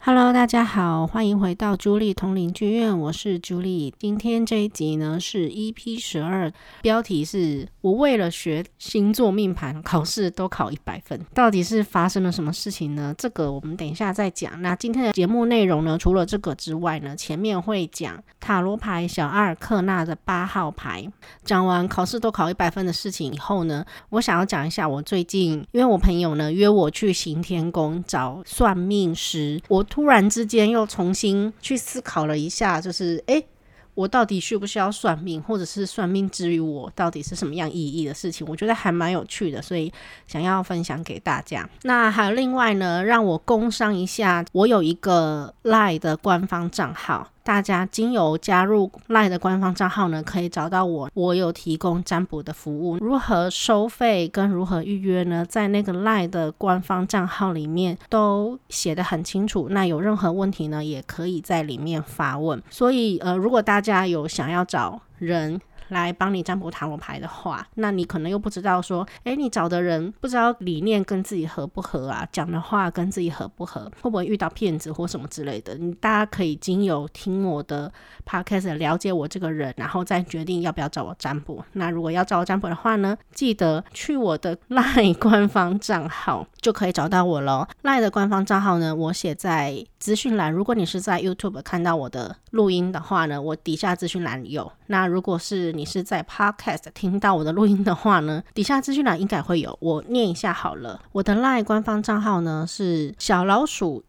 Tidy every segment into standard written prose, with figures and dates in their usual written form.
Hello， 大家好，欢迎回到朱莉通灵剧院，我是朱莉。今天这一集呢是 EP12， 标题是我为了学星座命盘考试都考100分，到底是发生了什么事情呢？这个我们等一下再讲。那今天的节目内容呢，除了这个之外呢，前面会讲塔罗牌小阿尔克纳的8号牌。讲完考试都考100分的事情以后呢，我想要讲一下我最近，因为我朋友呢约我去行天宫找算命师，我突然之间又重新去思考了一下，就是我到底需不需要算命，或者是算命之于我到底是什么样意义的事情，我觉得还蛮有趣的，所以想要分享给大家。那还有另外呢，让我工商一下，我有一个 LINE 的官方账号，大家经由加入 LINE 的官方账号呢，可以找到我有提供占卜的服务。如何收费跟如何预约呢，在那个 LINE 的官方账号里面都写得很清楚，那有任何问题呢，也可以在里面发问。所以如果大家有想要找人来帮你占卜塔罗牌的话，那你可能又不知道说你找的人不知道理念跟自己合不合啊，讲的话跟自己合不合，会不会遇到骗子或什么之类的，大家可以经由听我的 podcast 了解我这个人，然后再决定要不要找我占卜。那如果要找我占卜的话呢，记得去我的 LINE 官方账号就可以找到我咯。 LINE 的官方账号呢，我写在资讯栏，如果你是在 YouTube 看到我的录音的话呢，我底下资讯栏有，那如果是你是在 Podcast 听到我的录音的话呢，底下资讯栏应该会有，我念一下好了。我的 LINE 官方账号呢是小老鼠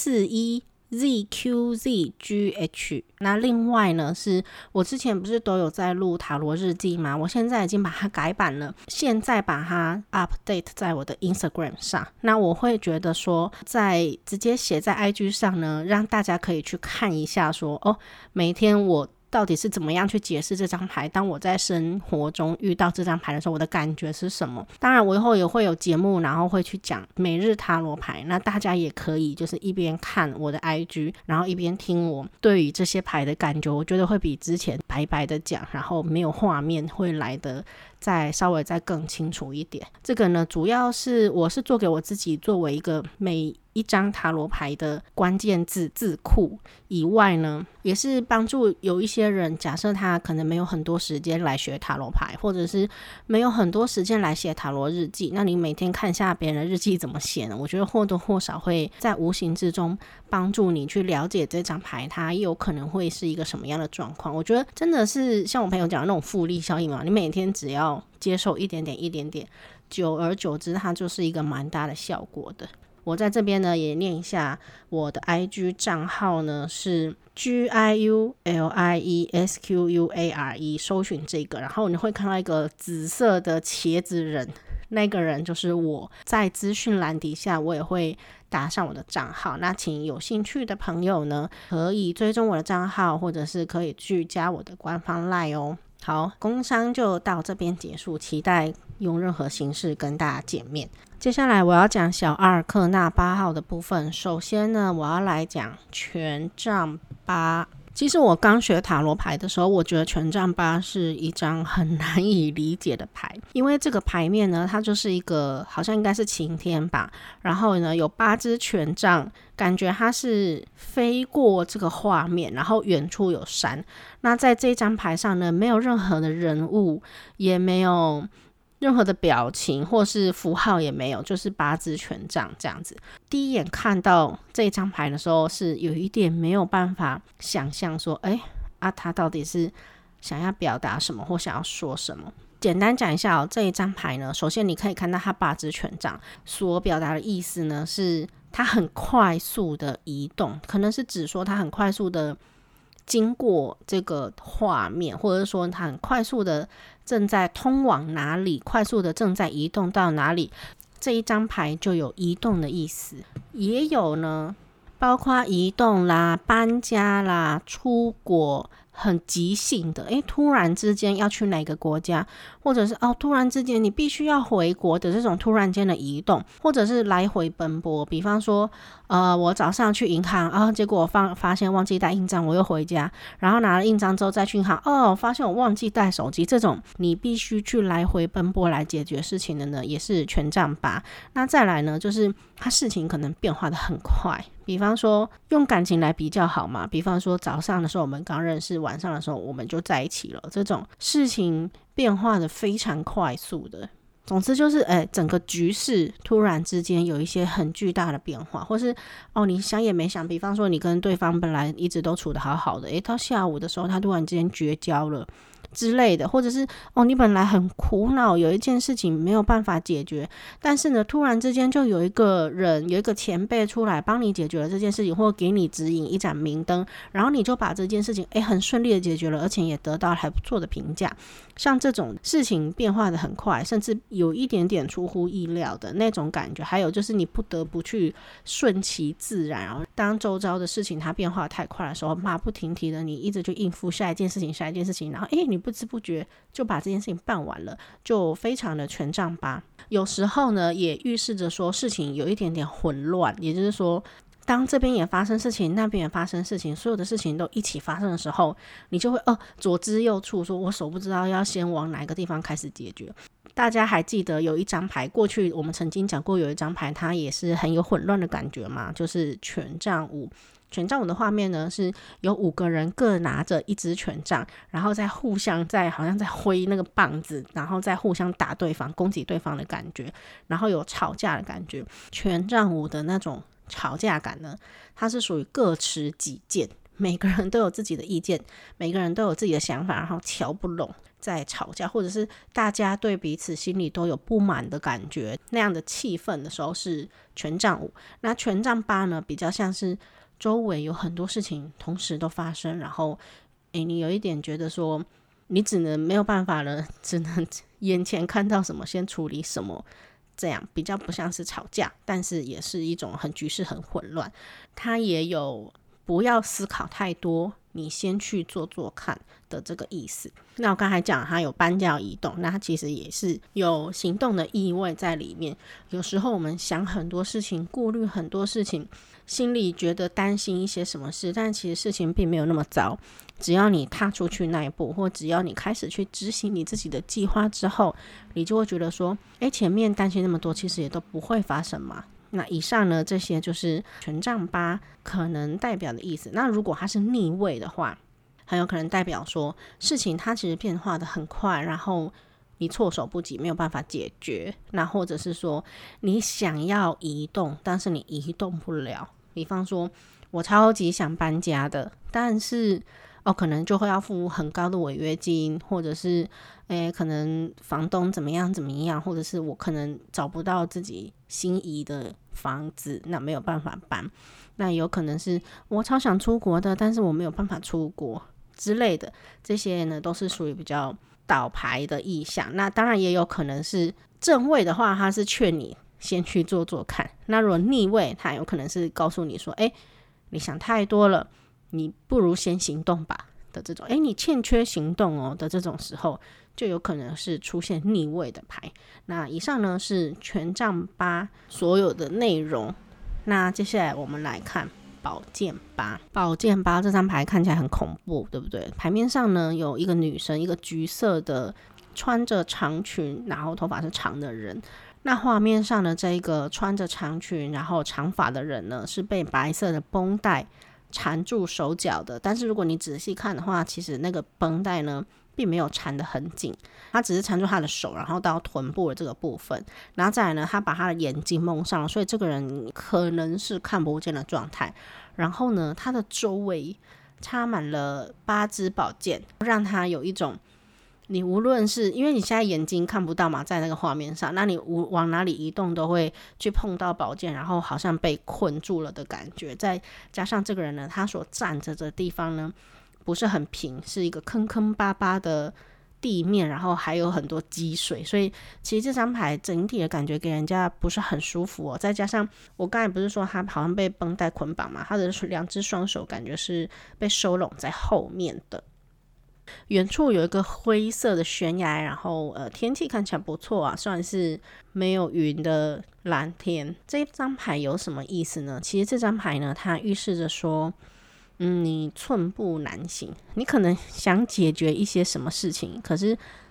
141ZQZGH。 那另外呢，是我之前不是都有在录塔罗日记吗？我现在已经把它改版了，现在把它 update 在我的 Instagram 上。那我会觉得说直接写在 IG 上呢，让大家可以去看一下说每天我到底是怎么样去解释这张牌，当我在生活中遇到这张牌的时候，我的感觉是什么。当然我以后也会有节目，然后会去讲每日塔罗牌，那大家也可以就是一边看我的 IG， 然后一边听我对于这些牌的感觉，我觉得会比之前白白的讲，然后没有画面会来的稍微再更清楚一点。这个呢，主要是我是做给我自己，作为一个每一张塔罗牌的关键字库以外呢，也是帮助有一些人，假设他可能没有很多时间来学塔罗牌，或者是没有很多时间来写塔罗日记，那你每天看一下别人的日记怎么写呢？我觉得或多或少会在无形之中帮助你去了解这张牌它有可能会是一个什么样的状况。我觉得真的是像我朋友讲的那种复利效应嘛，你每天只要接受一点点，久而久之它就是一个蛮大的效果的。我在这边呢也念一下我的 IG 账号呢是 GIULIESQUARE， 搜寻这个，然后你会看到一个紫色的茄子人，那个人就是我。在资讯栏底下我也会打上我的账号，那请有兴趣的朋友呢可以追踪我的账号，或者是可以去加我的官方 LINE 哦。好，工商就到这边结束，期待用任何形式跟大家见面。接下来我要讲小阿尔克纳8号的部分。首先呢，我要来讲权杖8。其实我刚学塔罗牌的时候，我觉得权杖8是一张很难以理解的牌，因为这个牌面呢，它就是一个好像应该是晴天吧，然后呢有8只权杖，感觉它是飞过这个画面，然后远处有山。那在这张牌上呢，没有任何的人物，也没有任何的表情或是符号，也没有，就是8只权杖这样子。第一眼看到这张牌的时候，是有一点没有办法想象说他到底是想要表达什么或想要说什么。简单讲一下这一张牌呢，首先你可以看到它8只权杖所表达的意思呢，是它很快速的移动，可能是指说它很快速的经过这个画面，或者说它很快速的正在通往哪里，快速的正在移动到哪里。这一张牌就有移动的意思，也有呢包括移动啦、搬家啦、出国，很即兴的突然之间要去哪个国家，或者是突然之间你必须要回国的这种突然间的移动，或者是来回奔波。比方说我早上去银行结果我发现忘记带印章，我又回家，然后拿了印章之后再去银行发现我忘记带手机，这种你必须去来回奔波来解决事情的呢，也是权杖8。那再来呢，就是它事情可能变化的很快， 比方说用感情来比较好嘛，比方说早上的时候我们刚认识，晚上的时候我们就在一起了，这种事情变化的非常快速的。总之就是整个局势突然之间有一些很巨大的变化，或是你想也没想，比方说你跟对方本来一直都处得好好的，到下午的时候他突然之间绝交了之类的，或者是你本来很苦恼，有一件事情没有办法解决，但是呢突然之间就有一个人，有一个前辈出来帮你解决了这件事情，或给你指引一盏明灯，然后你就把这件事情很顺利的解决了，而且也得到还不错的评价。像这种事情变化的很快，甚至有一点点出乎意料的那种感觉，还有就是你不得不去顺其自然，然后当周遭的事情它变化太快的时候，马不停蹄的你一直就应付下一件事情，然后你不知不觉就把这件事情办完了，就非常的全仗吧。有时候呢也预示着说事情有一点点混乱，也就是说当这边也发生事情，那边也发生事情，所有的事情都一起发生的时候，你就会左支右绌，说我手不知道要先往哪个地方开始解决。大家还记得有一张牌，过去我们曾经讲过有一张牌它也是很有混乱的感觉嘛，就是权杖五。权杖五的画面呢是有5个人各拿着一支权杖，然后再互相好像在挥那个棒子，然后再互相打对方，攻击对方的感觉，然后有吵架的感觉。权杖五的那种吵架感呢，它是属于各持己见，每个人都有自己的意见，每个人都有自己的想法，然后瞧不拢在吵架，或者是大家对彼此心里都有不满的感觉，那样的气氛的时候是权杖五。那权杖八呢比较像是周围有很多事情同时都发生，然后你有一点觉得说你只能没有办法了，只能眼前看到什么先处理什么，这样比较不像是吵架，但是也是一种局势很混乱。它也有不要思考太多，你先去做做看的这个意思。那我刚才讲它有搬家移动，那它其实也是有行动的意味在里面。有时候我们想很多事情，顾虑很多事情，心里觉得担心一些什么事，但其实事情并没有那么糟。只要你踏出去那一步，或只要你开始去执行你自己的计划之后，你就会觉得说前面担心那么多其实也都不会发生嘛。那以上呢这些就是权杖八可能代表的意思。那如果它是逆位的话，很有可能代表说事情它其实变化的很快，然后你措手不及，没有办法解决。那或者是说你想要移动，但是你移动不了，比方说我超级想搬家的，但是可能就会要付很高的违约金，或者是可能房东怎么样，或者是我可能找不到自己心仪的房子，那没有办法搬。那有可能是我超想出国的，但是我没有办法出国之类的，这些呢都是属于比较倒牌的意向。那当然也有可能是正位的话，它是劝你先去做做看。那如果逆位，它有可能是告诉你说你想太多了，你不如先行动吧的这种，你欠缺行动的这种时候，就有可能是出现逆位的牌。那以上呢是权杖八所有的内容。那接下来我们来看宝剑八。宝剑八这张牌看起来很恐怖，对不对？牌面上呢有一个女生，一个橘色的穿着长裙，然后头发是长的人。那画面上的这一个穿着长裙然后长发的人呢，是被白色的绷带缠住手脚的。但是如果你仔细看的话，其实那个绷带呢并没有缠得很紧，它只是缠住他的手，然后到臀部的这个部分，然后再来呢他把他的眼睛蒙上了，所以这个人可能是看不见的状态。然后呢他的周围插满了8支宝剑，让他有一种你无论是因为你现在眼睛看不到嘛，在那个画面上，那你往哪里移动都会去碰到宝剑，然后好像被困住了的感觉。再加上这个人呢，他所站着的地方呢不是很平，是一个坑坑巴巴的地面，然后还有很多积水，所以其实这张牌整体的感觉给人家不是很舒服再加上我刚才不是说他好像被绷带捆绑嘛，他的2只双手感觉是被收拢在后面的。远处有一个灰色的悬崖，然后天气看起来不错啊，算是没有云的蓝天。这张牌有什么意思呢？其实这张牌呢，它预示着说你寸步难行，你可能想解决一些什么事情，可是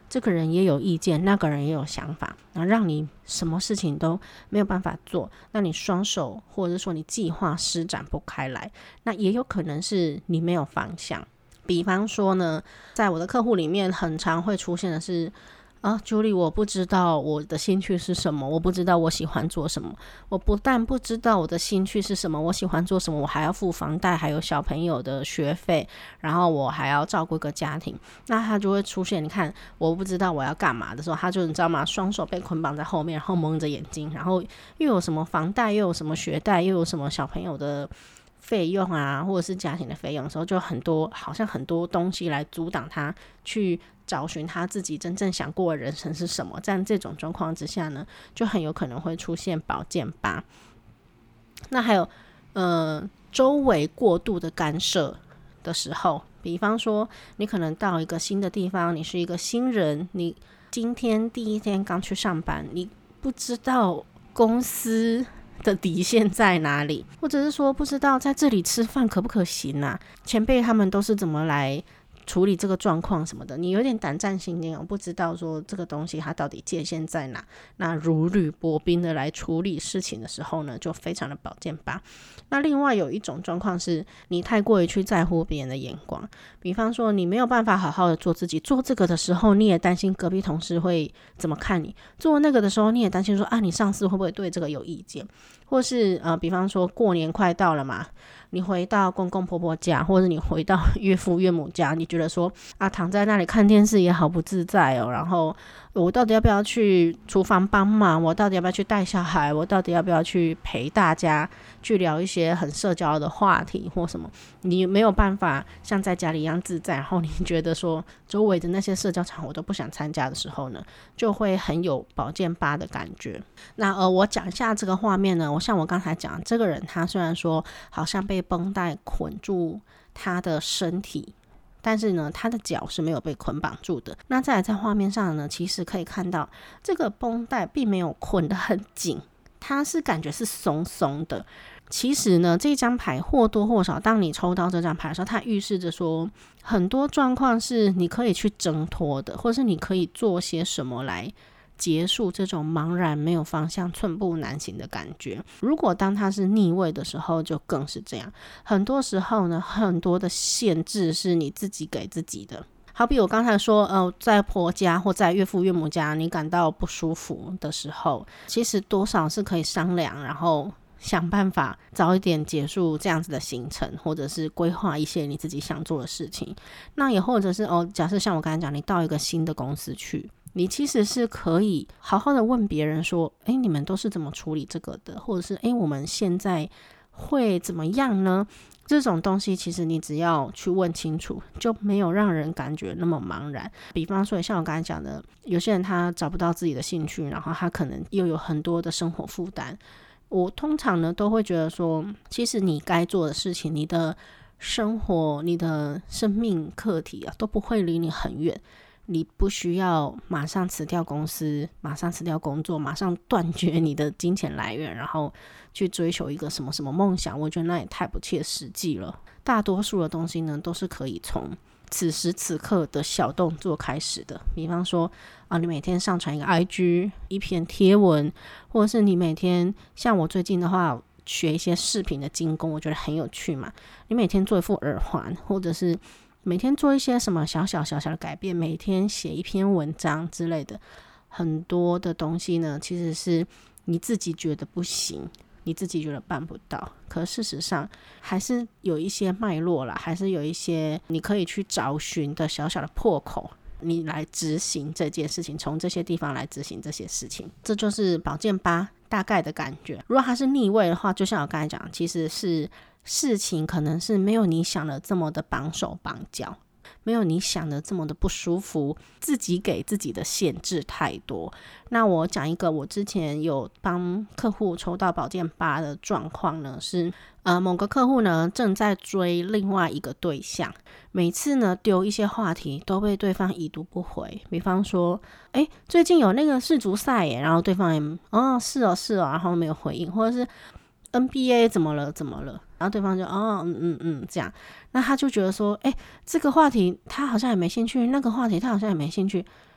这个人也有意见，那个人也有想法，然后让你什么事情都没有办法做，那你双手或者说你计划施展不开来，那也有可能是你没有方向。比方说呢，在我的客户里面很常会出现的是Julie， 我不知道我的兴趣是什么，我不知道我喜欢做什么，我不但不知道我的兴趣是什么，我喜欢做什么，我还要付房贷，还有小朋友的学费，然后我还要照顾一个家庭，那他就会出现，你看我不知道我要干嘛的时候，他就你知道吗，双手被捆绑在后面，然后蒙着眼睛，然后又有什么房贷，又有什么学贷，又有什么小朋友的费用啊，或者是家庭的费用的时候，就好像很多东西来阻挡他去找寻他自己真正想过的人生是什么。在这种状况之下呢，就很有可能会出现宝剑八。那还有周围过度的干涉的时候，比方说你可能到一个新的地方，你是一个新人，你今天第一天刚去上班，你不知道公司的底线在哪里，或者是说不知道在这里吃饭可不可行啊，前辈他们都是怎么来处理这个状况什么的，你有点胆战心惊，不知道说这个东西它到底界限在哪，那如履薄冰的来处理事情的时候呢，就非常的宝剑八。那另外有一种状况是你太过于去在乎别人的眼光，比方说你没有办法好好的做自己，做这个的时候你也担心隔壁同事会怎么看你，做那个的时候你也担心说你上司会不会对这个有意见，或是比方说过年快到了嘛，你回到公公婆婆家，或者你回到岳父岳母家，你觉得说躺在那里看电视也好不自在哦，然后我到底要不要去厨房帮忙，我到底要不要去带小孩，我到底要不要去陪大家去聊一些很社交的话题或什么，你没有办法像在家里一样自在，然后你觉得说周围的那些社交场我都不想参加的时候呢，就会很有宝剑八的感觉。那我讲一下这个画面呢，像我刚才讲这个人，他虽然说好像被绷带捆住他的身体，但是呢他的脚是没有被捆绑住的。那再来在画面上呢，其实可以看到这个绷带并没有捆得很紧，它是感觉是松松的。其实呢这张牌或多或少，当你抽到这张牌的时候，它预示着说很多状况是你可以去挣脱的，或是你可以做些什么来结束这种茫然没有方向寸步难行的感觉。如果当它是逆位的时候就更是这样，很多时候呢很多的限制是你自己给自己的。好比我刚才说在婆家或在岳父岳母家你感到不舒服的时候，其实多少是可以商量，然后想办法早一点结束这样子的行程，或者是规划一些你自己想做的事情。那也或者是假设像我刚才讲，你到一个新的公司去，你其实是可以好好的问别人说你们都是怎么处理这个的，或者是我们现在会怎么样呢？这种东西其实你只要去问清楚，就没有让人感觉那么茫然。比方说像我刚才讲的，有些人他找不到自己的兴趣，然后他可能又有很多的生活负担，我通常呢都会觉得说，其实你该做的事情，你的生活，你的生命课题都不会离你很远。你不需要马上辞掉公司，马上辞掉工作，马上断绝你的金钱来源，然后去追求一个什么什么梦想，我觉得那也太不切实际了。大多数的东西呢都是可以从此时此刻的小动作开始的。比方说你每天上传一个 IG 一篇贴文，或者是你每天像我最近的话学一些视频的精工，我觉得很有趣嘛，你每天做一副耳环，或者是每天做一些什么小小的改变，每天写一篇文章之类的，很多的东西呢其实是你自己觉得不行，你自己觉得办不到，可事实上还是有一些脉络啦，还是有一些你可以去找寻的小小的破口，你来执行这件事情，从这些地方来执行这些事情。这就是宝剑八大概的感觉。如果它是逆位的话，就像我刚才讲，其实是事情可能是没有你想的这么的绑手绑脚，没有你想的这么的不舒服，自己给自己的限制太多。那我讲一个我之前有帮客户抽到宝剑八的状况呢，是某个客户呢正在追另外一个对象，每次呢丢一些话题都被对方已读不回。比方说最近有那个世足赛耶，然后对方也是哦，然后没有回应，或者是 NBA 怎么了，然后对方就这样，那他就觉得说这个话题他好像也没兴趣，那个话题他好像也没兴趣，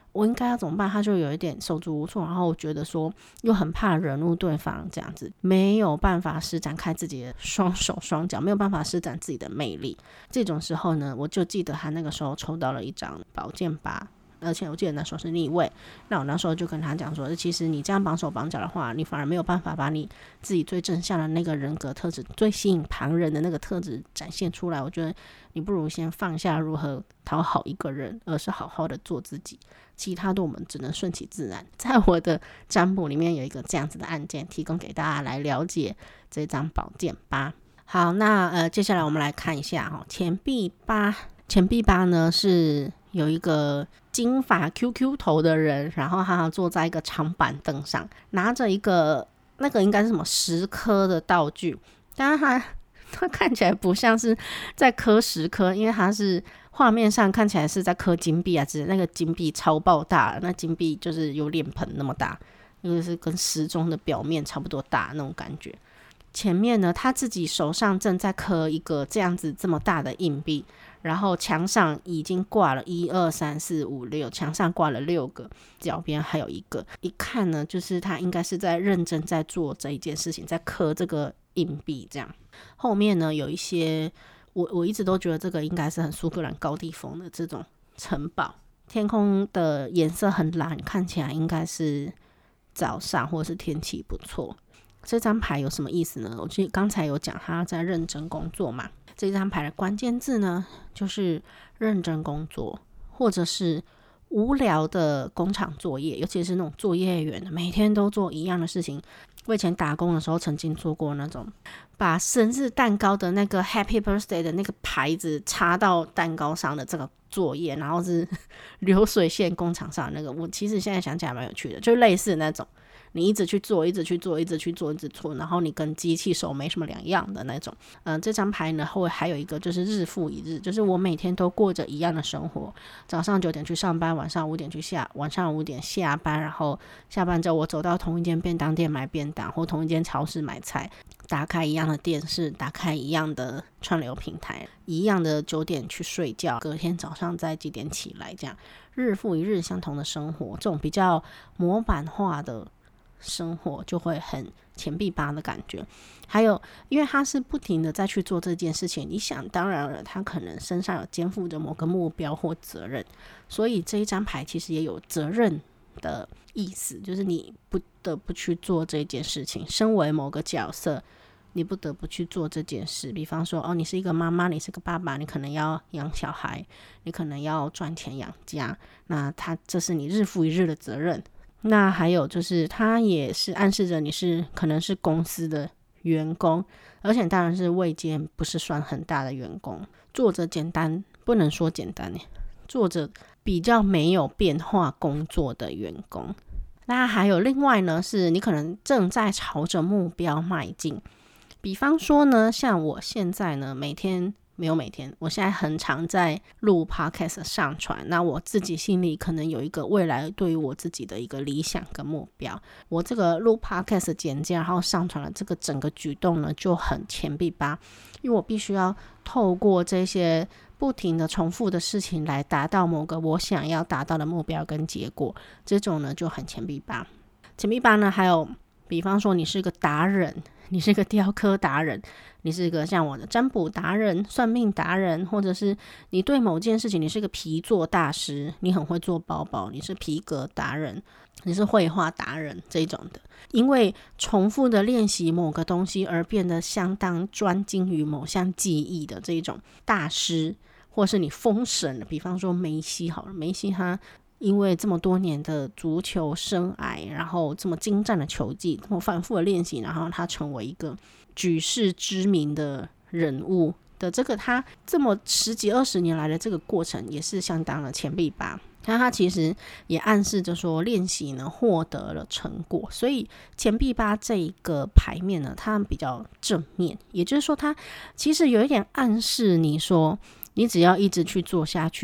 我应该要怎么办？他就有一点手足无措，然后我觉得说又很怕惹怒对方，这样子没有办法施展开自己的双手双脚，没有办法施展自己的魅力。这种时候呢，我就记得他那个时候抽到了一张宝剑八，而且我记得那时候是逆位。那我那时候就跟他讲说，其实你这样绑手绑脚的话，你反而没有办法把你自己最正向的那个人格特质，最吸引旁人的那个特质展现出来。我觉得你不如先放下如何讨好一个人，而是好好的做自己，其他的我们只能顺其自然。在我的占卜里面有一个这样子的案件，提供给大家来了解这张宝剑八。好，那接下来我们来看一下钱币八。钱币八呢是有一个金发 QQ 头的人，然后他坐在一个长板凳上，拿着一个那个应该是什么石刻的道具，但是他看起来不像是在刻石刻，因为他是画面上看起来是在刻金币啊，只是那个金币超爆大，那金币就是有脸盆那么大，就是跟时钟的表面差不多大那种感觉。前面呢，他自己手上正在刻一个这样子这么大的硬币，然后墙上已经挂了1、2、3、4、5、6，墙上挂了6个，脚边还有一个。一看呢，就是他应该是在认真在做这一件事情，在刻这个硬币这样。后面呢，有一些我一直都觉得这个应该是很苏格兰高地风的这种城堡，天空的颜色很蓝，看起来应该是早上或者是天气不错。这张牌有什么意思呢？我刚才有讲他在认真工作嘛，这张牌的关键字呢就是认真工作，或者是无聊的工厂作业，尤其是那种作业员每天都做一样的事情。我以前打工的时候曾经做过那种把生日蛋糕的那个 Happy Birthday 的那个牌子插到蛋糕上的这个作业，然后是流水线工厂上的那个，我其实现在想起来蛮有趣的，就类似那种你一直去做，一直去做，一直去做，一直做，然后你跟机器手没什么两样的那种。这张牌呢还有一个就是日复一日，就是我每天都过着一样的生活，早上9点去上班，晚上5点下班，然后下班之后我走到同一间便当店买便当，或同一间超市买菜，打开一样的电视，打开一样的串流平台，一样的9点去睡觉，隔天早上再几点起来，这样日复一日相同的生活，这种比较模板化的生活就会很钱币八的感觉。还有因为他是不停的在去做这件事情，你想当然了，他可能身上有肩负着某个目标或责任，所以这一张牌其实也有责任的意思，就是你不得不去做这件事情，身为某个角色你不得不去做这件事。比方说你是一个妈妈，你是个爸爸，你可能要养小孩，你可能要赚钱养家，那这是你日复一日的责任。那还有就是他也是暗示着你可能是公司的员工，而且当然是位阶不是算很大的员工，做着简单，不能说简单，做着比较没有变化工作的员工。那还有另外呢，是你可能正在朝着目标迈进。比方说呢，像我现在呢我现在很常在录 podcast 上传，那我自己心里可能有一个未来对于我自己的一个理想跟目标，我这个录 podcast 简介然后上传了这个整个举动呢就很钱币八，因为我必须要透过这些不停的重复的事情来达到某个我想要达到的目标跟结果，这种呢就很钱币八。钱币八呢还有比方说你是个达人，你是个雕刻达人，你是个像我的占卜达人、算命达人，或者是你对某件事情你是个皮作大师，你很会做包包，你是皮革达人，你是绘画达人这种的。因为重复的练习某个东西而变得相当专精于某项技艺的这种大师，或是你封神的，比方说梅西好了，梅西他因为这么多年的足球生涯，然后这么精湛的球技，这么反复的练习，然后他成为一个举世知名的人物的这个他这么10几20年来的这个过程也是相当的钱币八。他其实也暗示着说练习呢获得了成果，所以钱币八这一个牌面呢它比较正面，也就是说它其实有一点暗示你说你只要一直去做下去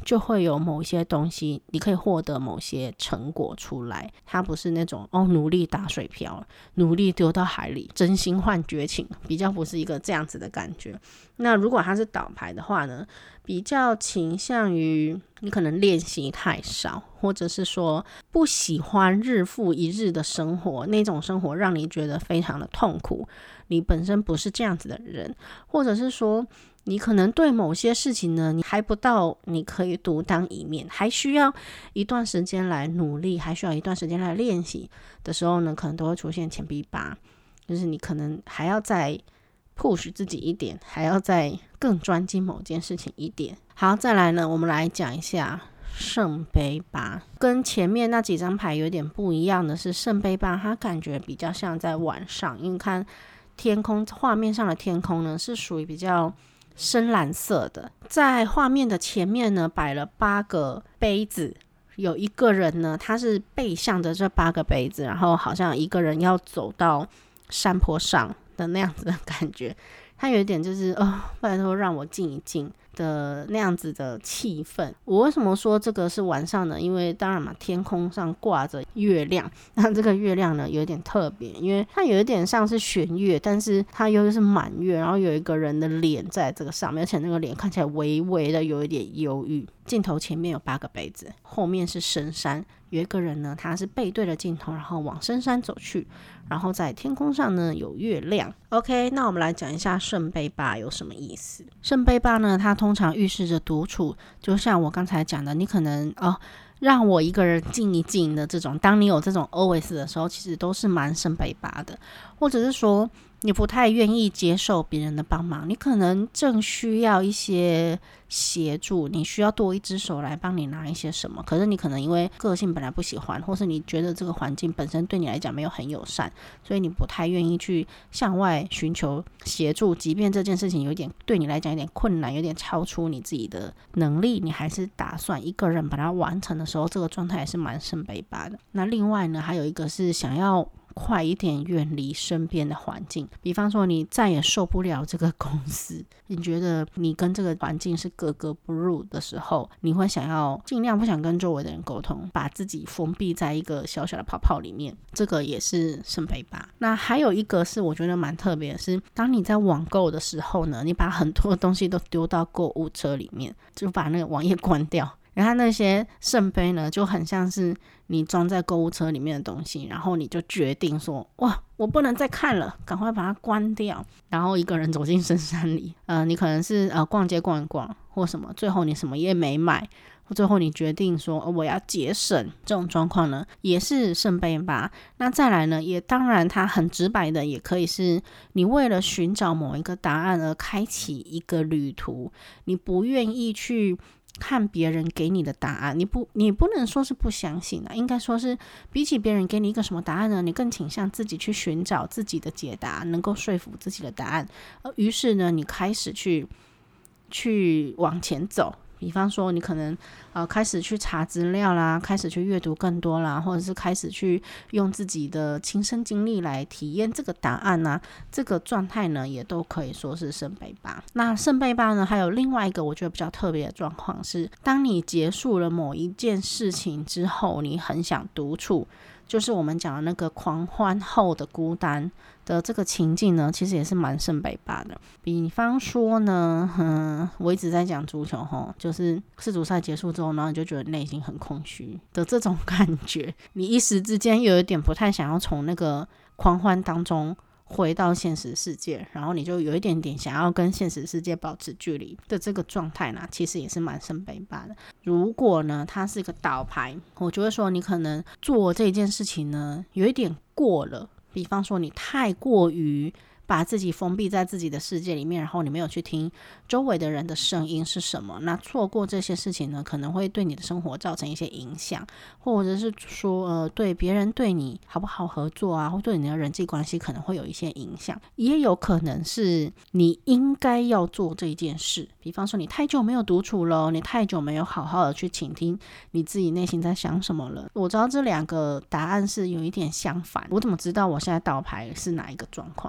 就会有某一些东西，你可以获得某些成果出来。它不是那种努力打水漂，努力丢到海里，真心换绝情，比较不是一个这样子的感觉。那如果它是倒牌的话呢，比较倾向于你可能练习太少，或者是说不喜欢日复一日的生活，那种生活让你觉得非常的痛苦，你本身不是这样子的人，或者是说你可能对某些事情呢，你还不到你可以独当一面，还需要一段时间来努力，还需要一段时间来练习的时候呢，可能都会出现前臂8，就是你可能还要再 push 自己一点，还要再更专精某件事情一点。好，再来呢，我们来讲一下圣杯8。跟前面那几张牌有点不一样的是，圣杯8它感觉比较像在晚上，因为看天空，画面上的天空呢是属于比较深蓝色的，在画面的前面呢摆了8个杯子，有一个人呢他是背向着这8个杯子，然后好像一个人要走到山坡上的那样子的感觉，他有一点就是拜托让我静一静的那样子的气氛。我为什么说这个是晚上呢？因为当然嘛，天空上挂着月亮，那这个月亮呢有点特别，因为它有一点像是弦月，但是它又是满月，然后有一个人的脸在这个上面，而且那个脸看起来微微的有一点忧郁。镜头前面有8个杯子，后面是深山，有一个人呢他是背对着镜头，然后往深山走去，然后在天空上呢有月亮。 OK， 那我们来讲一下圣杯8有什么意思。圣杯8呢，它通常预示着独处，就像我刚才讲的，你可能让我一个人静一静的这种，当你有这种 OS 的时候，其实都是蛮圣杯8的。或者是说你不太愿意接受别人的帮忙，你可能正需要一些协助，你需要多一只手来帮你拿一些什么，可是你可能因为个性本来不喜欢，或是你觉得这个环境本身对你来讲没有很友善，所以你不太愿意去向外寻求协助，即便这件事情有点对你来讲有点困难，有点超出你自己的能力，你还是打算一个人把它完成的时候，这个状态也是蛮圣杯8的。那另外呢，还有一个是想要快一点远离身边的环境，比方说你再也受不了这个公司，你觉得你跟这个环境是格格不入的时候，你会想要尽量不想跟周围的人沟通，把自己封闭在一个小小的泡泡里面，这个也是圣杯8。那还有一个是我觉得蛮特别的是，当你在网购的时候呢，你把很多东西都丢到购物车里面，就把那个网页关掉，然后那些圣杯呢就很像是你装在购物车里面的东西，然后你就决定说哇我不能再看了，赶快把它关掉，然后一个人走进深山里，你可能是逛街逛一逛或什么，最后你什么也没买，或最后你决定说我要节省，这种状况呢也是圣杯8。那再来呢，也当然它很直白的也可以是你为了寻找某一个答案而开启一个旅途，你不愿意去看别人给你的答案，你不能说是不相信应该说是比起别人给你一个什么答案呢，你更倾向自己去寻找自己的解答，能够说服自己的答案。于是呢，你开始去往前走，比方说你可能开始去查资料啦，开始去阅读更多啦，或者是开始去用自己的亲身经历来体验这个答案啊，这个状态呢也都可以说是圣杯8。那圣杯8呢还有另外一个我觉得比较特别的状况是，当你结束了某一件事情之后，你很想独处，就是我们讲的那个狂欢后的孤单的这个情境呢，其实也是蛮圣杯8的。比方说呢我一直在讲足球就是世足赛结束之后，然后你就觉得内心很空虚的这种感觉，你一时之间有一点不太想要从那个狂欢当中回到现实世界，然后你就有一点点想要跟现实世界保持距离的这个状态呢，其实也是蛮圣杯8的。如果呢它是一个倒牌，我就会说你可能做这件事情呢有一点过了，比方说你太过于把自己封闭在自己的世界里面，然后你没有去听周围的人的声音是什么，那错过这些事情呢可能会对你的生活造成一些影响，或者是说对别人对你好不好合作啊，或对你的人际关系可能会有一些影响，也有可能是你应该要做这件事，比方说你太久没有独处了，你太久没有好好的去倾听你自己内心在想什么了。我知道这两个答案是有一点相反，我怎么知道我现在倒牌是哪一个状况？那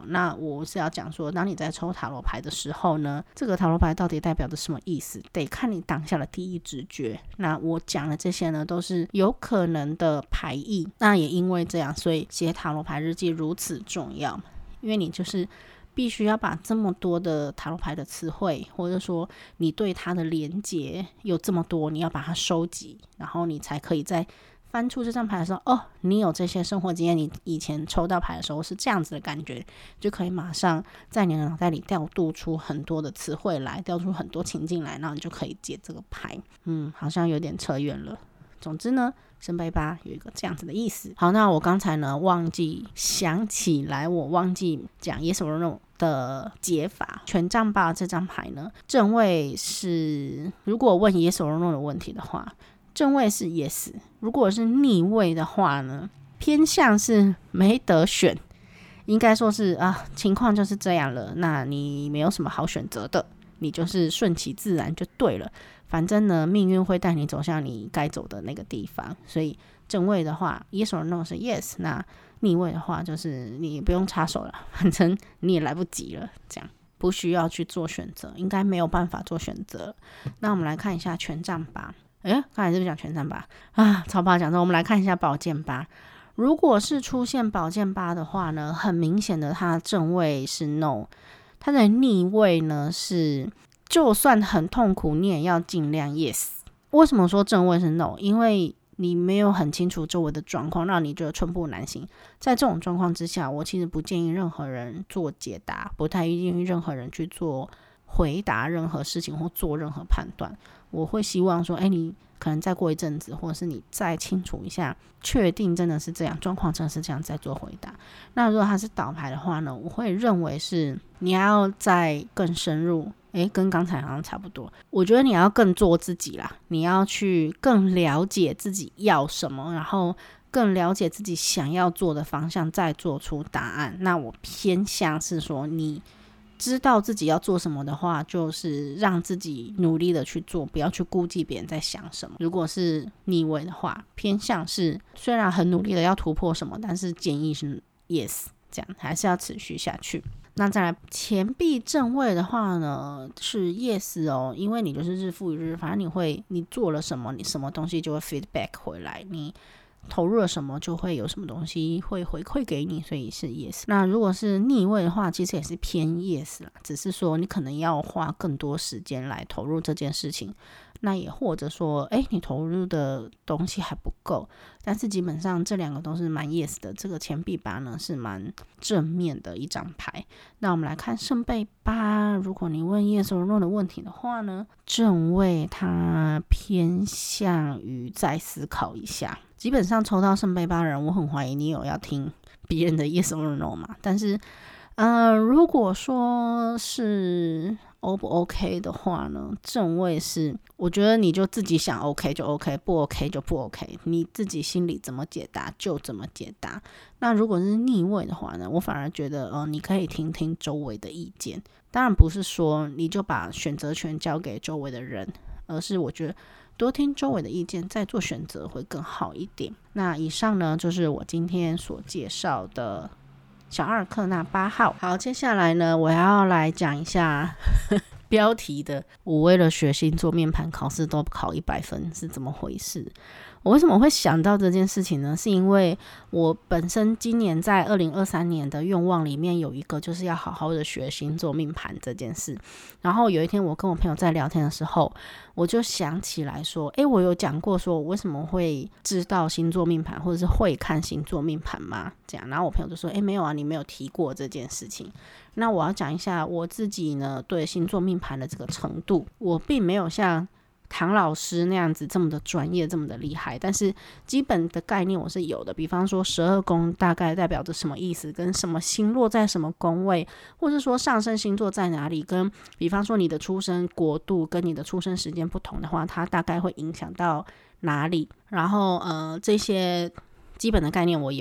我是要讲说，当你在抽塔罗牌的时候呢，这个塔罗牌到底代表着什么意思，得看你当下的第一直觉。那我讲的这些呢，都是有可能的牌意。那也因为这样，所以写塔罗牌日记如此重要，因为你就是必须要把这么多的塔罗牌的词汇，或者说你对它的连结有这么多，你要把它收集，然后你才可以在翻出这张牌的时候，你有这些生活经验，你以前抽到牌的时候是这样子的感觉，就可以马上在你的脑袋里调度出很多的词汇来，调出很多情境来，然后你就可以解这个牌。好像有点扯远了。总之呢，圣杯八有一个这样子的意思。好，那我刚才呢想起来我忘记讲 Yes or No 的解法。权杖八这张牌呢，正位是，如果问 Yes or No 的问题的话，正位是 Yes， 如果是逆位的话呢，偏向是没得选，应该说是情况就是这样了，那你没有什么好选择的，你就是顺其自然就对了，反正呢命运会带你走向你该走的那个地方。所以正位的话 Yes or No 是 Yes， 那逆位的话就是你不用插手了，反正你也来不及了，这样不需要去做选择，应该没有办法做选择。那我们来看一下权杖八。刚才是不是讲权杖八超怕讲的。我们来看一下宝剑八。如果是出现宝剑八的话呢，很明显的它的正位是 No， 它的逆位呢是就算很痛苦你也要尽量 Yes。 为什么说正位是 No？ 因为你没有很清楚周围的状况，让你觉得寸步难行。在这种状况之下，我其实不建议任何人做解答，不太建议任何人去做回答任何事情或做任何判断。我会希望说你可能再过一阵子，或者是你再清楚一下，确定真的是这样，状况真的是这样，再做回答。那如果它是倒牌的话呢，我会认为是你要再更深入，跟刚才好像差不多。我觉得你要更做自己啦，你要去更了解自己要什么，然后更了解自己想要做的方向，再做出答案。那我偏向是说，你知道自己要做什么的话，就是让自己努力的去做，不要去顾忌别人在想什么。如果是逆位的话，偏向是虽然很努力的要突破什么，但是建议是 Yes， 这样还是要持续下去。那再来钱币正位的话呢，是 Yes 因为你就是日复一日，反正你做了什么，你什么东西就会 feedback 回来，你投入了什么就会有什么东西会回馈给你，所以是 Yes。 那如果是逆位的话，其实也是偏 Yes 啦，只是说你可能要花更多时间来投入这件事情，那也或者说你投入的东西还不够，但是基本上这两个都是蛮 Yes 的。这个钱币八呢是蛮正面的一张牌。那我们来看圣杯八，如果你问 Yes or No 的问题的话呢，正位它偏向于再思考一下。基本上抽到圣杯八的人，我很怀疑你有要听别人的 Yes or No 嘛。但是如果说是 O 不 OK 的话呢，正位是我觉得你就自己想 OK 就 OK， 不 OK 就不 OK， 你自己心里怎么解答就怎么解答。那如果是逆位的话呢，我反而觉得你可以听听周围的意见。当然不是说你就把选择权交给周围的人，而是我觉得多听周围的意见再做选择会更好一点。那以上呢就是我今天所介绍的小阿尔克纳8号。好，接下来呢我要来讲一下标题的我为了学星座命盘考试都考100分是怎么回事。我为什么会想到这件事情呢？是因为我本身今年在2023年的愿望里面有一个就是要好好的学星座命盘这件事。然后有一天我跟我朋友在聊天的时候，我就想起来说我有讲过说我为什么会知道星座命盘或者是会看星座命盘吗？这样，然后我朋友就说没有啊，你没有提过这件事情。那我要讲一下我自己呢对星座命盘的这个程度。我并没有像唐老师那样子这么的专业这么的厉害，但是基本的概念我是有的。比方说12宫大概代表着什么意思，跟什么星落在什么宫位，或是说上升星座在哪里，跟比方说你的出生国度跟你的出生时间不同的话，它大概会影响到哪里。然后这些基本的概念我有，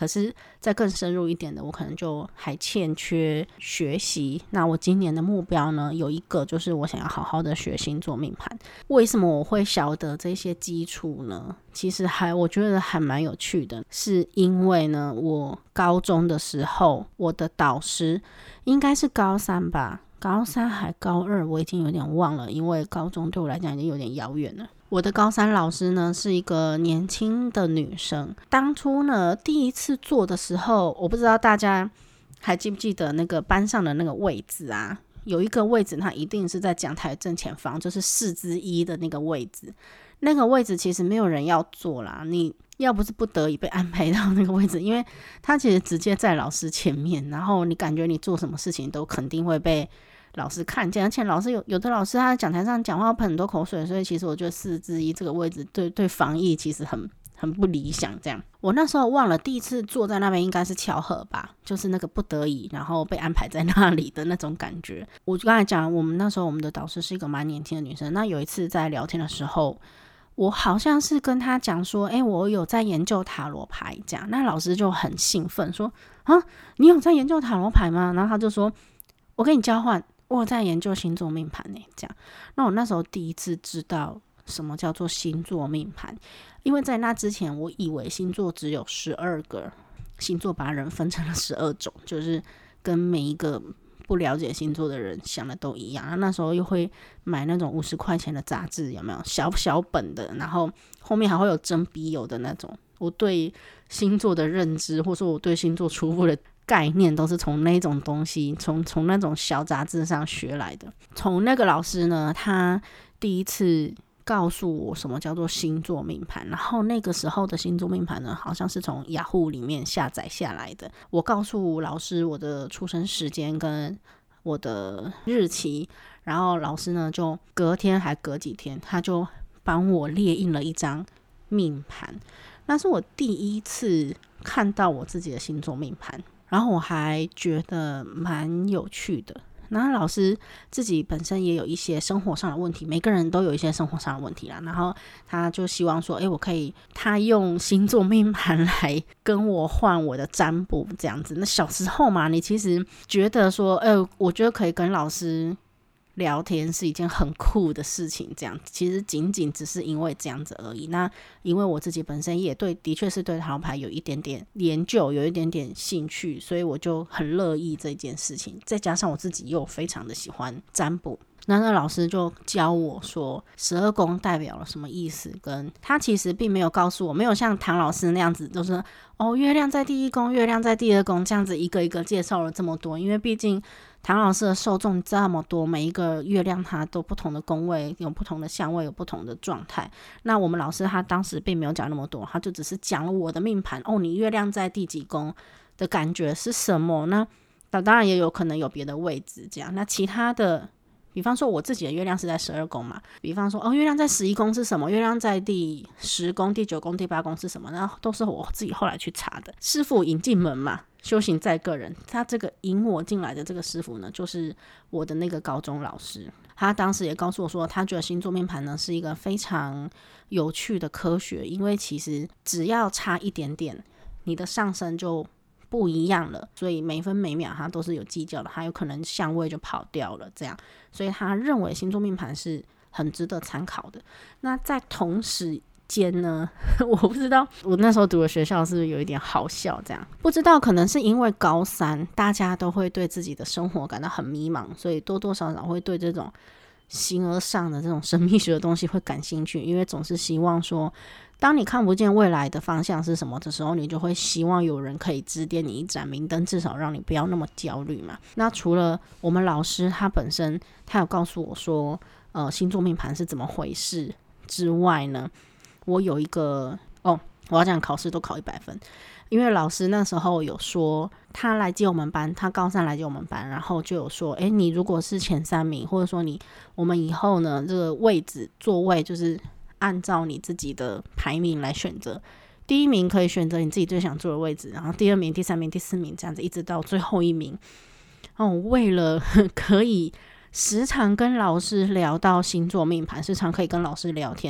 可是再更深入一点的，我可能就还欠缺学习。那我今年的目标呢，有一个就是我想要好好的学星座命盘。为什么我会晓得这些基础呢？其实我觉得还蛮有趣的，是因为呢，我高中的时候，我的导师应该是高3吧，高3还高2，我已经有点忘了，因为高中对我来讲已经有点遥远了。我的高3老师呢是一个年轻的女生，当初呢第一次做的时候，我不知道大家还记不记得那个班上的那个位置啊，有一个位置它一定是在讲台正前方，就是4之1的那个位置。那个位置其实没有人要做啦，你要不是不得已被安排到那个位置，因为他其实直接在老师前面，然后你感觉你做什么事情都肯定会被老师看见，而且老师有的老师他在讲台上讲话喷很多口水，所以其实我觉得4之1这个位置对防疫其实很不理想。这样，我那时候忘了第一次坐在那边应该是巧合吧，就是那个不得已然后被安排在那里的那种感觉。我刚才讲我们那时候我们的导师是一个蛮年轻的女生，那有一次在聊天的时候，我好像是跟他讲说我有在研究塔罗牌这样，那老师就很兴奋说你有在研究塔罗牌吗？然后他就说我跟你交换，我有在研究星座命盘这样。那我那时候第一次知道什么叫做星座命盘，因为在那之前我以为星座只有12个，星座把人分成了12种，就是跟每一个不了解星座的人想的都一样。那时候又会买那种50块钱的杂志，有没有小小本的，然后后面还会有真笔友的那种。我对星座的认知，或者说我对星座初步的概念，都是从那种东西，从那种小杂志上学来的。从那个老师呢，他第一次告诉我什么叫做星座命盘，然后那个时候的星座命盘呢，好像是从雅虎里面下载下来的。我告诉老师我的出生时间跟我的日期，然后老师呢就隔天还隔几天，他就帮我列印了一张命盘。那是我第一次看到我自己的星座命盘，然后我还觉得蛮有趣的。然后老师自己本身也有一些生活上的问题，每个人都有一些生活上的问题啦，然后他就希望说我可以他用星座命盘来跟我换我的占卜这样子。那小时候嘛，你其实觉得说我觉得可以跟老师聊天是一件很酷的事情，这样其实仅仅只是因为这样子而已。那因为我自己本身也的确是对塔罗牌有一点点研究，有一点点兴趣，所以我就很乐意这件事情。再加上我自己又非常的喜欢占卜，那老师就教我说12宫代表了什么意思，跟他其实并没有告诉我，没有像唐老师那样子就是月亮在第1宫，月亮在第2宫这样子一个一个介绍了这么多。因为毕竟唐老师的受众这么多，每一个月亮它都不同的宫位，有不同的相位，有不同的状态。那我们老师他当时并没有讲那么多，他就只是讲了我的命盘你月亮在第几宫的感觉是什么。那当然也有可能有别的位置这样。那其他的比方说我自己的月亮是在12宫嘛，比方说月亮在11宫是什么，月亮在第10宫、第9宫、第8宫是什么，那都是我自己后来去查的。师父引进门嘛，修行在个人，他这个引我进来的这个师父呢，就是我的那个高中老师。他当时也告诉我说，他觉得星座命盘呢是一个非常有趣的科学，因为其实只要差一点点，你的上升就不一样了，所以每分每秒他都是有计较的，他有可能相位就跑掉了这样。所以他认为星座命盘是很值得参考的。那在同时间呢，我不知道我那时候读的学校是不是有一点好笑这样，不知道可能是因为高3大家都会对自己的生活感到很迷茫，所以多多少少会对这种形而上的这种神秘学的东西会感兴趣。因为总是希望说当你看不见未来的方向是什么的时候，你就会希望有人可以指点你一盏明灯，至少让你不要那么焦虑嘛。那除了我们老师他本身他有告诉我说星座命盘是怎么回事之外呢，我有一个我要讲考试都考100分。因为老师那时候有说他来接我们班，他高3来接我们班，然后就有说你如果是前3名，或者说我们以后呢这个位置座位就是按照你自己的排名来选择，第1名可以选择你自己最想坐的位置，然后第2名、第3名、第4名这样子一直到最后1名。为了可以时常跟老师聊到星座命盘，时常可以跟老师聊天，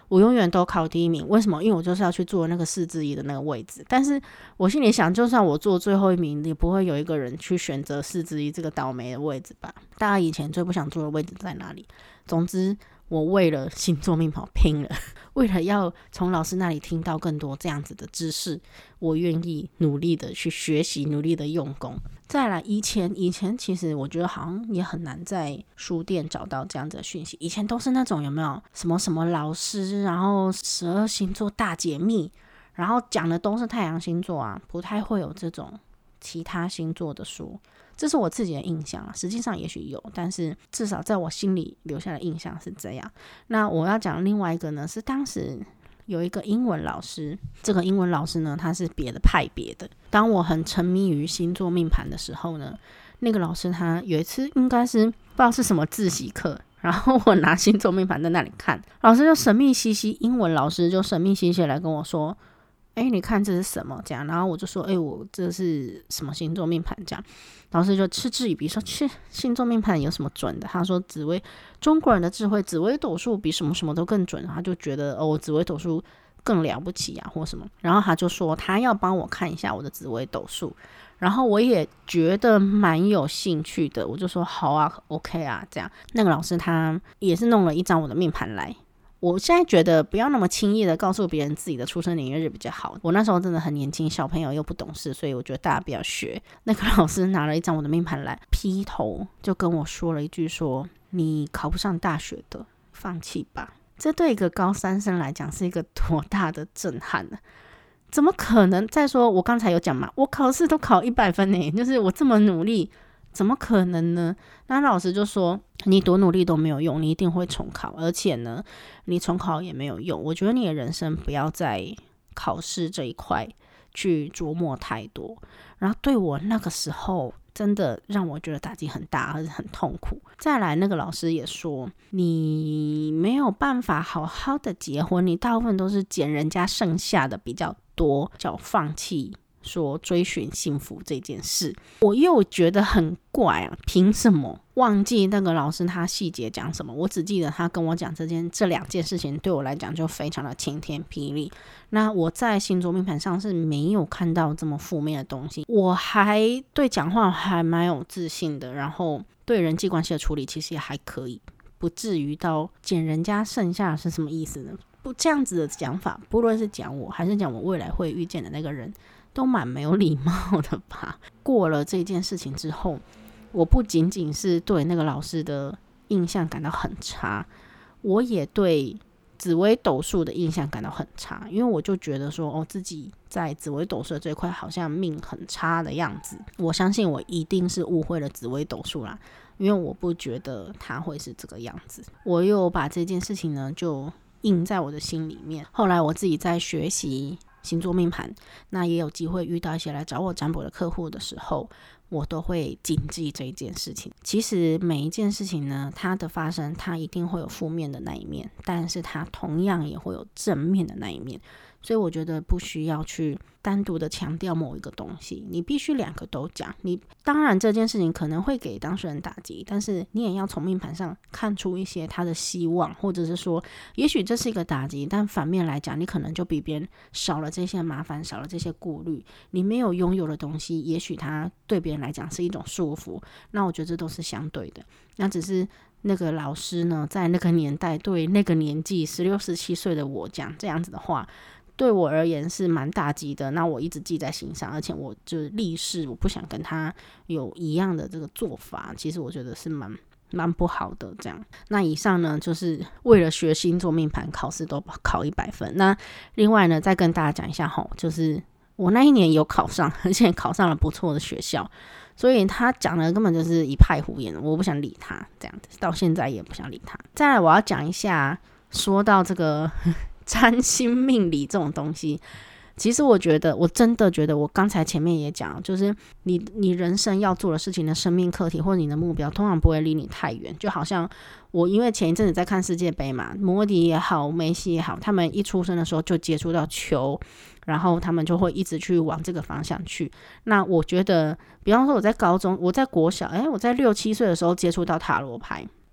我永远都考第一名。为什么？因为我就是要去坐那个4之1的那个位置。但是我心里想，就算我坐最后一名，也不会有一个人去选择4之1这个倒霉的位置吧。大家以前最不想坐的位置在哪里？总之我为了星座命盘拼了，为了要从老师那里听到更多这样子的知识，我愿意努力的去学习，努力的用功。再来以前其实我觉得好像也很难在书店找到这样子的讯息。以前都是那种有没有什么什么老师，然后12星座大解密，然后讲的都是太阳星座啊，不太会有这种其他星座的书。这是我自己的印象，实际上也许有，但是至少在我心里留下的印象是这样。那我要讲另外一个呢，是当时有一个英文老师，这个英文老师呢，他是别的派别的。当我很沉迷于星座命盘的时候呢，那个老师他有一次应该是不知道是什么自习课，然后我拿星座命盘在那里看，老师就神秘兮兮，英文老师就神秘兮兮来跟我说，你看这是什么这样，然后我就说我这是什么星座命盘这样，老师就嗤之以鼻说，星座命盘有什么准的？他说中国人的智慧紫微斗数比什么什么都更准，他就觉得紫微斗数更了不起啊或什么，然后他就说他要帮我看一下我的紫微斗数，然后我也觉得蛮有兴趣的，我就说好啊 OK 啊这样。那个老师他也是弄了一张我的命盘来，我现在觉得不要那么轻易的告诉别人自己的出生年月日比较好。我那时候真的很年轻，小朋友又不懂事，所以我觉得大家不要学。那个老师拿了一张我的命盘来，劈头就跟我说了一句说，你考不上大学的，放弃吧。这对一个高三生来讲是一个多大的震撼呢？怎么可能？再说我刚才有讲嘛，我考试都考100分呢，就是我这么努力，怎么可能呢？那老师就说，你多努力都没有用，你一定会重考，而且呢你重考也没有用。我觉得你的人生不要在考试这一块去琢磨太多。然后对我那个时候真的让我觉得打击很大，而且很痛苦。再来那个老师也说，你没有办法好好的结婚，你大部分都是捡人家剩下的比较多，叫放弃说追寻幸福这件事。我又觉得很怪啊，凭什么？忘记那个老师他细节讲什么，我只记得他跟我讲这两件事情对我来讲就非常的晴天霹雳。那我在星座命盘上是没有看到这么负面的东西，我还对讲话还蛮有自信的，然后对人际关系的处理其实也还可以，不至于到捡人家剩下是什么意思呢？不，这样子的讲法，不论是讲我还是讲我未来会遇见的那个人，都蛮没有礼貌的吧。过了这件事情之后，我不仅仅是对那个老师的印象感到很差，我也对紫微斗数的印象感到很差，因为我就觉得说自己在紫微斗数这一块好像命很差的样子。我相信我一定是误会了紫微斗数啦，因为我不觉得它会是这个样子。我又把这件事情呢就印在我的心里面。后来我自己在学习星座命盘，那也有机会遇到一些来找我占卜的客户的时候，我都会谨记这一件事情。其实每一件事情呢，它的发生它一定会有负面的那一面，但是它同样也会有正面的那一面，所以我觉得不需要去单独的强调某一个东西，你必须两个都讲。你当然这件事情可能会给当事人打击，但是你也要从命盘上看出一些他的希望，或者是说也许这是一个打击，但反面来讲你可能就比别人少了这些麻烦，少了这些顾虑，你没有拥有的东西也许它对别人来讲是一种束缚，那我觉得这都是相对的。那只是那个老师呢在那个年代对那个年纪16、17岁的我讲这样子的话，对我而言是蛮打击的，那我一直记在心上，而且我就立誓我不想跟他有一样的这个做法，其实我觉得是蛮不好的这样。那以上呢就是为了学星座命盘考试都考100分。那另外呢再跟大家讲一下就是我那一年有考上，而且考上了不错的学校，所以他讲的根本就是一派胡言，我不想理他这样子，到现在也不想理他。再来我要讲一下，说到这个占星命理这种东西，其实我真的觉得我刚才前面也讲，就是你人生要做的事情的生命课题或者你的目标通常不会离你太远。就好像我因为前一阵子在看世界杯嘛，摩迪也好梅西也好，他们一出生的时候就接触到球，然后他们就会一直去往这个方向去。那我觉得比方说我在高中，我在国小我在6、7岁的时候接触到塔罗牌，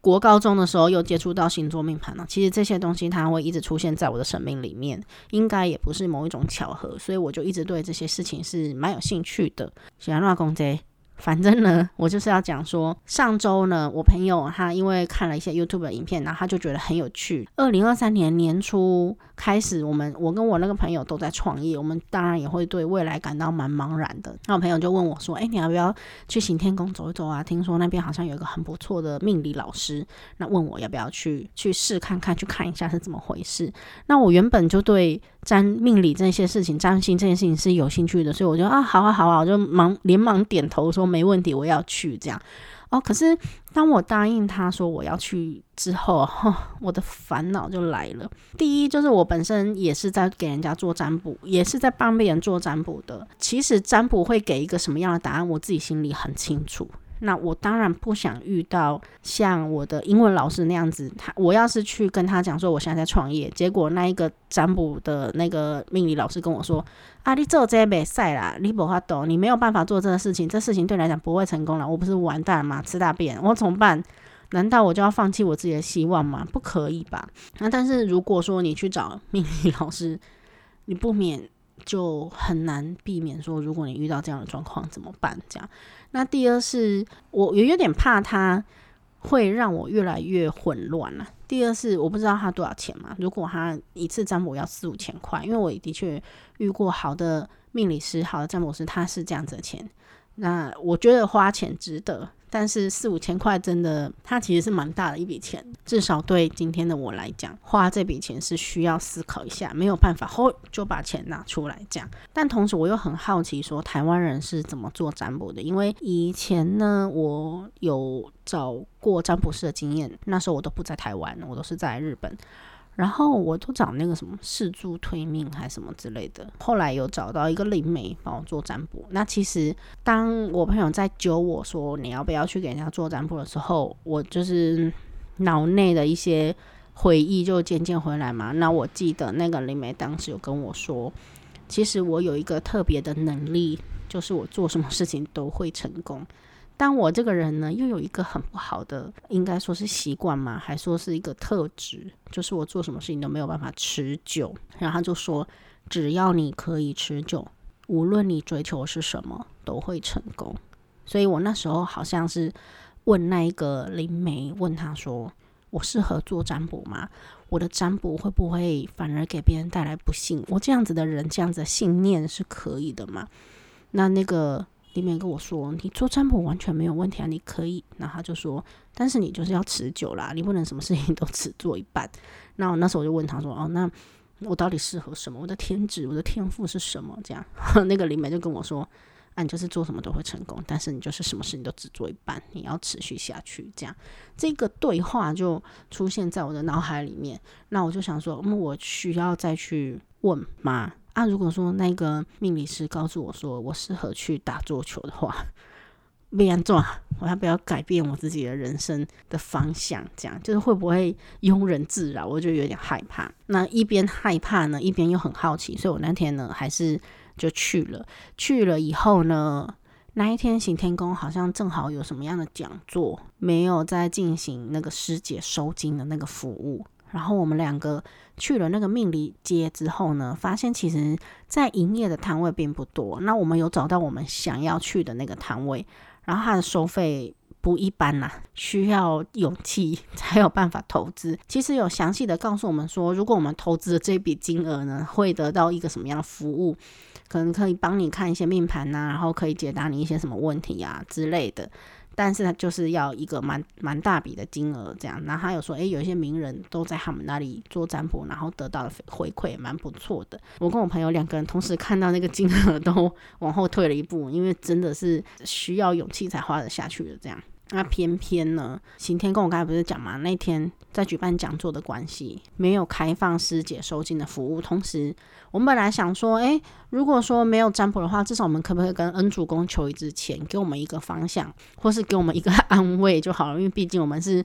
国高中的时候有接触到星座命盘了，其实这些东西它会一直出现在我的生命里面，应该也不是某一种巧合，所以我就一直对这些事情是蛮有兴趣的。喜欢乱公这反正呢，我就是要讲说，上周呢，我朋友他因为看了一些 YouTube 的影片，然后他就觉得很有趣。2023年年初开始，我跟我那个朋友都在创业，我们当然也会对未来感到蛮茫然的。那我朋友就问我说：“你要不要去行天宫走一走啊？听说那边好像有一个很不错的命理老师，那问我要不要去试看看，去看一下是怎么回事。”那我原本就对占命理这些事情、占星这件事情是有兴趣的，所以我就好啊，我就连忙点头说没问题，我要去这样。可是当我答应他说我要去之后，我的烦恼就来了。第一就是我本身也是在给人家做占卜，也是在帮别人做占卜的。其实占卜会给一个什么样的答案，我自己心里很清楚。那我当然不想遇到像我的英文老师那样子，我要是去跟他讲说我现在在创业，结果那一个占卜的那个命理老师跟我说你做这不可以啦，你没办法，你没有办法做这个事情，这事情对你来讲不会成功了，我不是完蛋吗？吃大便，我怎么办？难道我就要放弃我自己的希望吗？不可以吧。但是如果说你去找命理老师，你不免就很难避免说，如果你遇到这样的状况怎么办？这样。那第二是我有点怕他会让我越来越混乱了。第二是我不知道他多少钱嘛，如果他一次占卜要4-5千块，因为我的确遇过好的命理师、好的占卜师，他是这样子的钱，那我觉得花钱值得。但是4-5千块真的，它其实是蛮大的一笔钱，至少对今天的我来讲，花这笔钱是需要思考一下，没有办法就把钱拿出来这样。但同时我又很好奇说台湾人是怎么做占卜的，因为以前呢我有找过占卜师的经验，那时候我都不在台湾，我都是在日本，然后我都找那个什么世柱推命还是什么之类的，后来有找到一个灵媒帮我做占卜。那其实当我朋友在揪我说你要不要去给人家做占卜的时候，我就是脑内的一些回忆就渐渐回来嘛。那我记得那个灵媒当时有跟我说，其实我有一个特别的能力，就是我做什么事情都会成功。但我这个人呢，又有一个很不好的，应该说是习惯嘛，还说是一个特质，就是我做什么事情都没有办法持久。然后他就说，只要你可以持久，无论你追求是什么，都会成功。所以我那时候好像是问那一个灵媒，问他说，我适合做占卜吗？我的占卜会不会反而给别人带来不幸？我这样子的人，这样子的信念是可以的吗？那个灵媒跟我说，你做占卜完全没有问题啊，你可以。然后他就说，但是你就是要持久啦，你不能什么事情都只做一半。那我那时候我就问他说，那我到底适合什么？我的天职、我的天赋是什么？这样那个灵媒就跟我说，你就是做什么都会成功，但是你就是什么事情都只做一半，你要持续下去。这样这个对话就出现在我的脑海里面。那我就想说，我需要再去问吗？如果说那个命理师告诉我说我适合去打桌球的话，不然怎么我要不要改变我自己的人生的方向？这样就是会不会庸人自扰？我就有点害怕。那一边害怕呢，一边又很好奇，所以我那天呢还是就去了。去了以后呢，那一天行天宫好像正好有什么样的讲座，没有在进行那个师姐收金的那个服务。然后我们两个去了那个命理街之后呢，发现其实在营业的摊位并不多。那我们有找到我们想要去的那个摊位，然后它的收费不一般啦，需要勇气才有办法投资。其实有详细的告诉我们说，如果我们投资的这笔金额呢，会得到一个什么样的服务，可能可以帮你看一些命盘然后可以解答你一些什么问题啊之类的。但是它就是要一个蛮大笔的金额这样。然后他有说有一些名人都在他们那里做占卜，然后得到的回馈也蛮不错的。我跟我朋友两个人同时看到那个金额都往后退了一步，因为真的是需要勇气才花得下去的这样。那偏偏呢，行天宫我刚才不是讲嘛，那天在举办讲座的关系，没有开放师姐收金的服务。同时我们本来想说如果说没有占卜的话，至少我们可不可以跟恩主公求一支签，给我们一个方向，或是给我们一个安慰就好了，因为毕竟我们是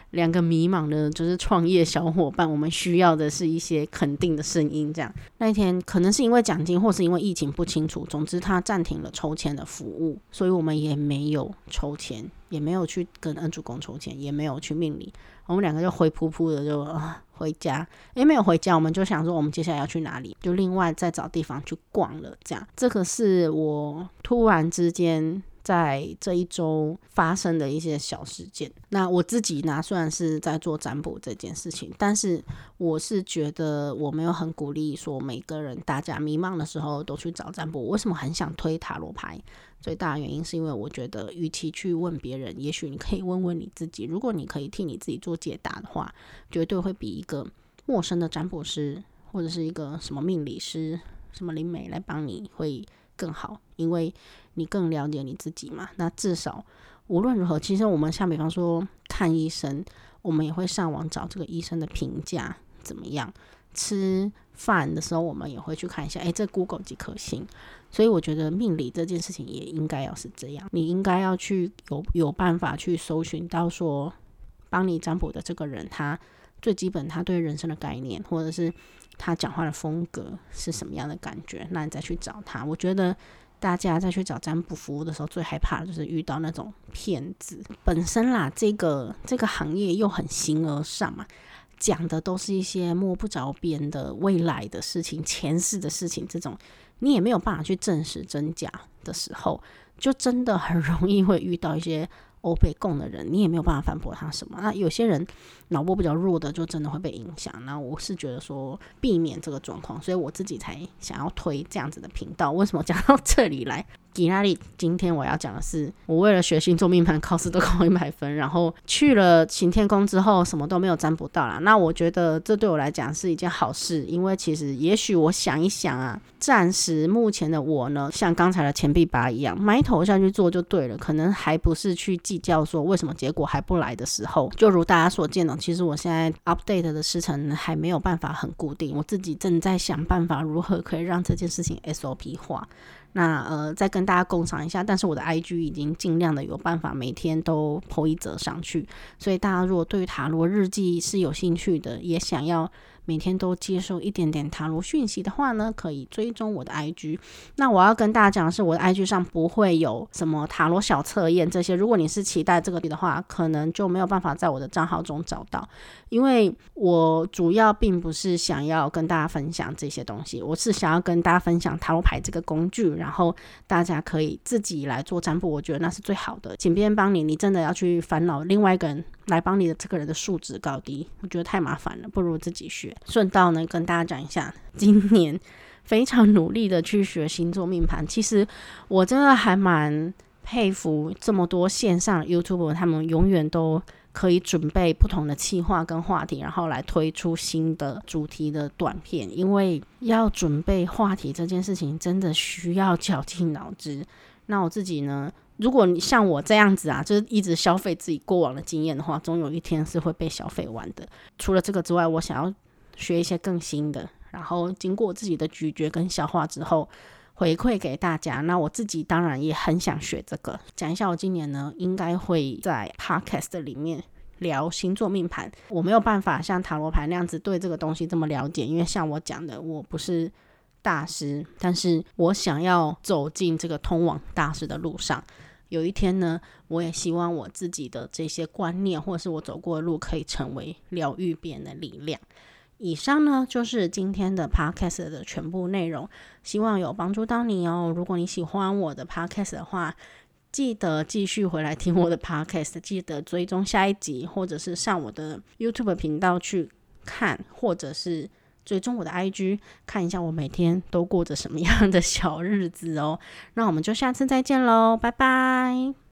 两个迷茫的就是创业小伙伴，我们需要的是一些肯定的声音这样。那一天可能是因为奖金或是因为疫情不清楚，总之他暂停了抽签的服务，所以我们也没有抽签，也没有去跟恩主公抽签，也没有去命理，我们两个就灰扑扑的就回家。没有回家，我们就想说我们接下来要去哪里，就另外再找地方去逛了这样。这个是我突然之间在这一周发生的一些小事件。那我自己呢，虽然是在做占卜这件事情，但是我是觉得我没有很鼓励说每个人大家迷茫的时候都去找占卜。我为什么很想推塔罗牌？最大的原因是因为我觉得与其去问别人，也许你可以问问你自己。如果你可以替你自己做解答的话，绝对会比一个陌生的占卜师或者是一个什么命理师、什么灵媒来帮你会更好，因为你更了解你自己嘛。那至少无论如何，其实我们像比方说看医生，我们也会上网找这个医生的评价怎么样。吃饭的时候我们也会去看一下这 Google 几颗星。所以我觉得命理这件事情也应该要是这样，你应该要去有办法去搜寻到说帮你占卜的这个人，他最基本他对人生的概念，或者是他讲话的风格是什么样的感觉，那你再去找他。我觉得大家在去找占卜服务的时候，最害怕的就是遇到那种骗子。本身啦，这个行业又很形而上嘛，讲的都是一些摸不着边的未来的事情、前世的事情，这种你也没有办法去证实真假的时候，就真的很容易会遇到一些欧北共的人，你也没有办法反驳他什么。那有些人脑波比较弱的就真的会被影响，那我是觉得说避免这个状况，所以我自己才想要推这样子的频道。为什么讲到这里来？今天我要讲的是，我为了学星座命盘考试都考100分，然后去了行天宫之后什么都没有占卜到啦。那我觉得这对我来讲是一件好事，因为其实也许我想一想啊，暂时目前的我呢，像刚才的钱币8一样，埋头下去做就对了，可能还不是去计较说为什么结果还不来的时候。就如大家所见的，其实我现在 update 的时程还没有办法很固定，我自己正在想办法如何可以让这件事情 SOP 化。那再跟大家共享一下，但是我的 IG 已经尽量的有办法每天都 po 一则上去，所以大家如果对于塔罗日记是有兴趣的，也想要每天都接受一点点塔罗讯息的话呢，可以追踪我的 IG。 那我要跟大家讲的是，我的 IG 上不会有什么塔罗小测验这些，如果你是期待这个的话，可能就没有办法在我的账号中找到，因为我主要并不是想要跟大家分享这些东西，我是想要跟大家分享塔罗牌这个工具，然后大家可以自己来做占卜，我觉得那是最好的。请别人帮你，你真的要去烦恼另外一个人来帮你的这个人的素质高低，我觉得太麻烦了，不如自己学。顺道呢跟大家讲一下，今年非常努力的去学星座命盘，其实我真的还蛮佩服这么多线上的 YouTuber， 他们永远都可以准备不同的企划跟话题，然后来推出新的主题的短片。因为要准备话题这件事情真的需要绞尽脑汁。那我自己呢，如果你像我这样子啊，就是一直消费自己过往的经验的话，总有一天是会被消费完的。除了这个之外，我想要学一些更新的，然后经过自己的咀嚼跟消化之后回馈给大家。那我自己当然也很想学这个。讲一下我今年呢应该会在 podcast 里面聊星座命盘。我没有办法像塔罗牌那样子对这个东西这么了解，因为像我讲的我不是大师，但是我想要走进这个通往大师的路上。有一天呢，我也希望我自己的这些观念或是我走过的路可以成为疗愈别人的力量。以上呢就是今天的 podcast 的全部内容，希望有帮助到你哦。如果你喜欢我的 podcast 的话，记得继续回来听我的 podcast， 记得追踪下一集，或者是上我的 YouTube 频道去看，或者是追踪我的 IG 看一下我每天都过着什么样的小日子哦。那我们就下次再见咯，拜拜。